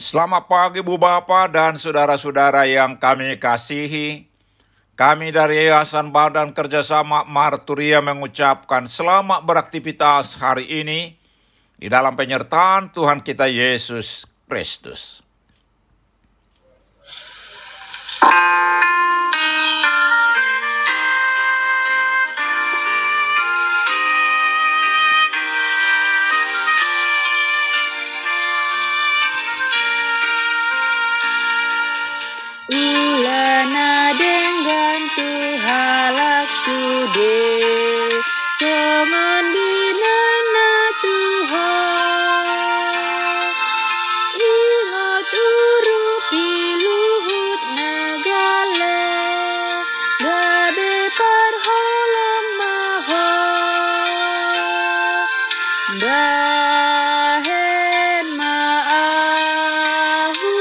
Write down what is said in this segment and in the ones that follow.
Selamat pagi Bu Bapak dan saudara-saudara yang kami kasihi. Kami dari Yayasan Badan Kerjasama Marturia mengucapkan selamat beraktivitas hari ini di dalam penyertaan Tuhan kita Yesus Kristus. Ulana dengan tuhalak sude songon dinana Tuhan ingat urut iluhut negale gade parhalam maha bahen maahu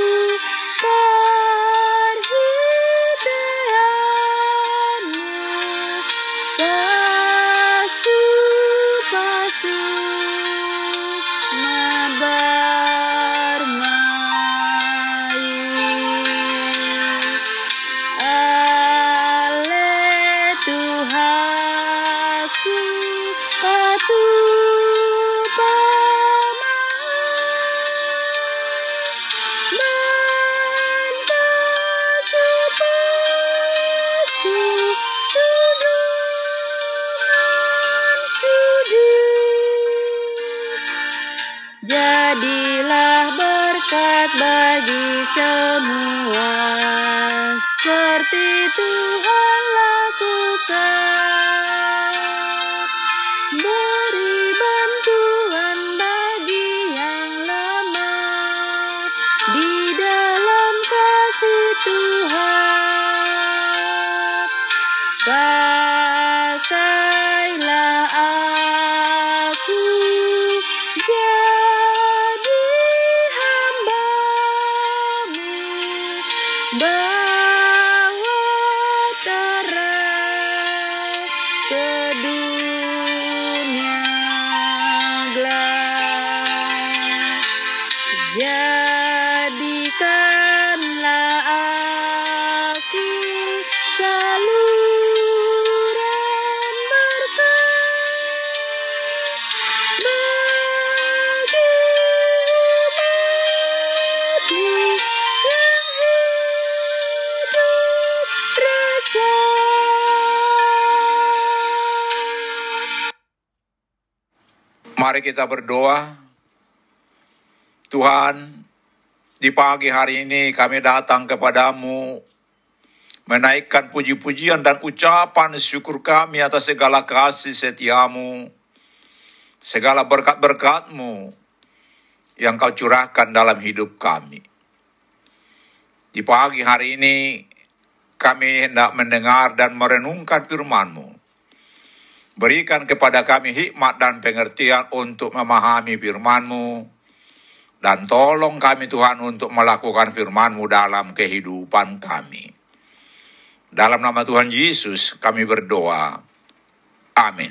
Jadilah berkat bagi semua seperti Tuhan lakukan. Beri bantuan bagi yang lemah di dalam kasih Tuhan. Pakailah aku bawa terang ke dunia gelap. Jadikanlah aku saluran berkat bagi umat-Mu yang rasa. Mari kita berdoa. Tuhan, di pagi hari ini kami datang kepadamu, menaikkan puji-pujian dan ucapan syukur kami atas segala kasih setiamu, segala berkat-berkat-Mu yang Kau curahkan dalam hidup kami. Di pagi hari ini kami hendak mendengar dan merenungkan firman-Mu. Berikan kepada kami hikmat dan pengertian untuk memahami firman-Mu. Dan tolong kami Tuhan untuk melakukan firman-Mu dalam kehidupan kami. Dalam nama Tuhan Yesus kami berdoa. Amin.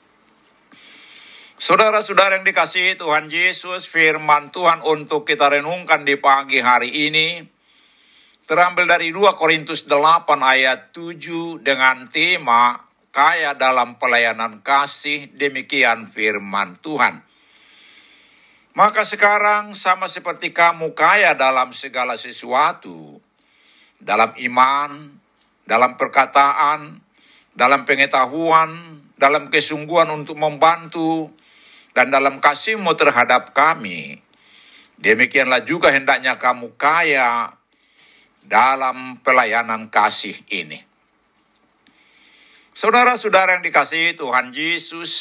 Saudara-saudara yang dikasihi Tuhan Yesus, firman Tuhan untuk kita renungkan di pagi hari ini terambil dari 2 Korintus 8 ayat 7 dengan tema kaya dalam pelayanan kasih, demikian firman Tuhan. Maka sekarang sama seperti kamu kaya dalam segala sesuatu, dalam iman, dalam perkataan, dalam pengetahuan, dalam kesungguhan untuk membantu, dan dalam kasih-Mu terhadap kami. Demikianlah juga hendaknya kamu kaya dalam pelayanan kasih ini. Saudara-saudara yang dikasihi Tuhan Yesus,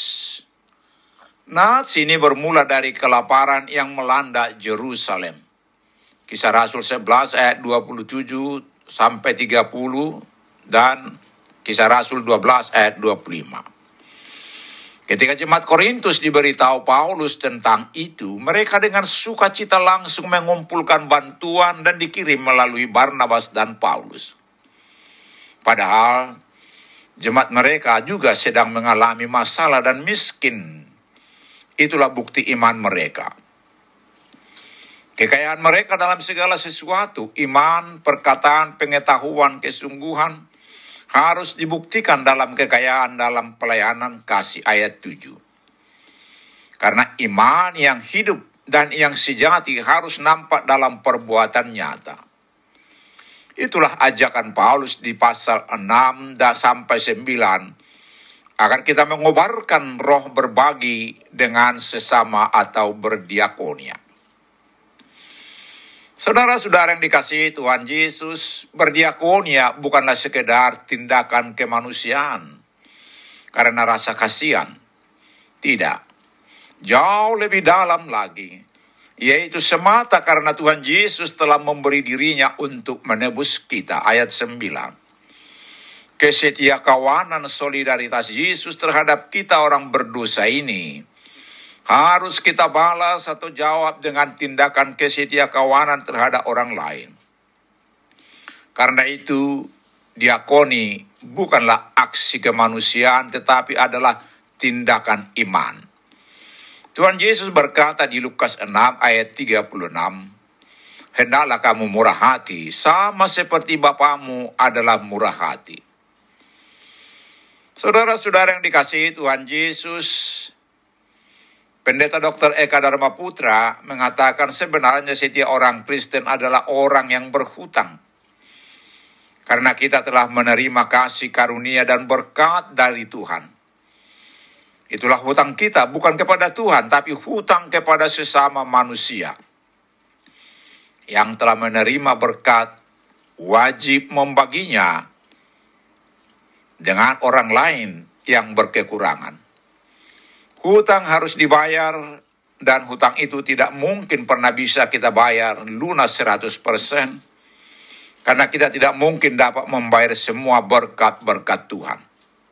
Nats ini bermula dari kelaparan yang melanda Yerusalem. Kisah Rasul 11 ayat 27 sampai 30 dan Kisah Rasul 12 ayat 25. Ketika jemaat Korintus diberitahu Paulus tentang itu, mereka dengan sukacita langsung mengumpulkan bantuan dan dikirim melalui Barnabas dan Paulus. Padahal jemaat mereka juga sedang mengalami masalah dan miskin. Itulah bukti iman mereka. Kekayaan mereka dalam segala sesuatu, iman, perkataan, pengetahuan, kesungguhan, harus dibuktikan dalam kekayaan dalam pelayanan kasih ayat 7. Karena iman yang hidup dan yang sejati harus nampak dalam perbuatan nyata. Itulah ajakan Paulus di pasal 6 sampai 9, agar kita mengobarkan roh berbagi dengan sesama atau berdiakonia. Saudara-saudara yang dikasihi Tuhan Yesus, berdiakonia bukanlah sekedar tindakan kemanusiaan karena rasa kasihan. Tidak. Jauh lebih dalam lagi, yaitu semata karena Tuhan Yesus telah memberi dirinya untuk menebus kita. Ayat 9. Kesetiakawanan solidaritas Yesus terhadap kita orang berdosa ini harus kita balas atau jawab dengan tindakan kesetiakawanan terhadap orang lain. Karena itu, diakoni bukanlah aksi kemanusiaan tetapi adalah tindakan iman. Tuhan Yesus berkata di Lukas 6 ayat 36, "Hendaklah kamu murah hati, sama seperti Bapamu adalah murah hati." Saudara-saudara yang dikasihi Tuhan Yesus, Pendeta Dr. Eka Dharma Putra mengatakan sebenarnya setiap orang Kristen adalah orang yang berhutang. Karena kita telah menerima kasih karunia dan berkat dari Tuhan. Itulah hutang kita, bukan kepada Tuhan, tapi hutang kepada sesama manusia. Yang telah menerima berkat, wajib membaginya dengan orang lain yang berkekurangan. Hutang harus dibayar, dan hutang itu tidak mungkin pernah bisa kita bayar lunas 100%, karena kita tidak mungkin dapat membayar semua berkat-berkat Tuhan.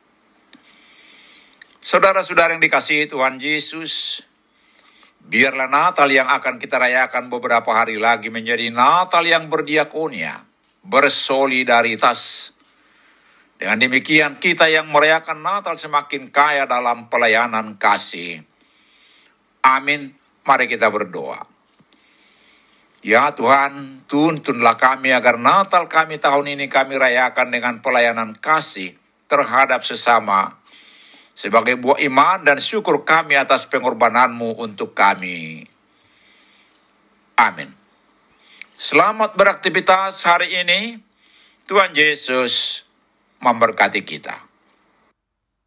Saudara-saudara yang dikasihi Tuhan Yesus, biarlah Natal yang akan kita rayakan beberapa hari lagi menjadi Natal yang berdiakonia, bersolidaritas. Dengan demikian kita yang merayakan Natal semakin kaya dalam pelayanan kasih. Amin. Mari kita berdoa. Ya Tuhan, tuntunlah kami agar Natal kami tahun ini kami rayakan dengan pelayanan kasih terhadap sesama. Sebagai buah iman dan syukur kami atas pengorbanan-Mu untuk kami. Amin. Selamat beraktivitas hari ini. Tuhan Yesus memberkati kita.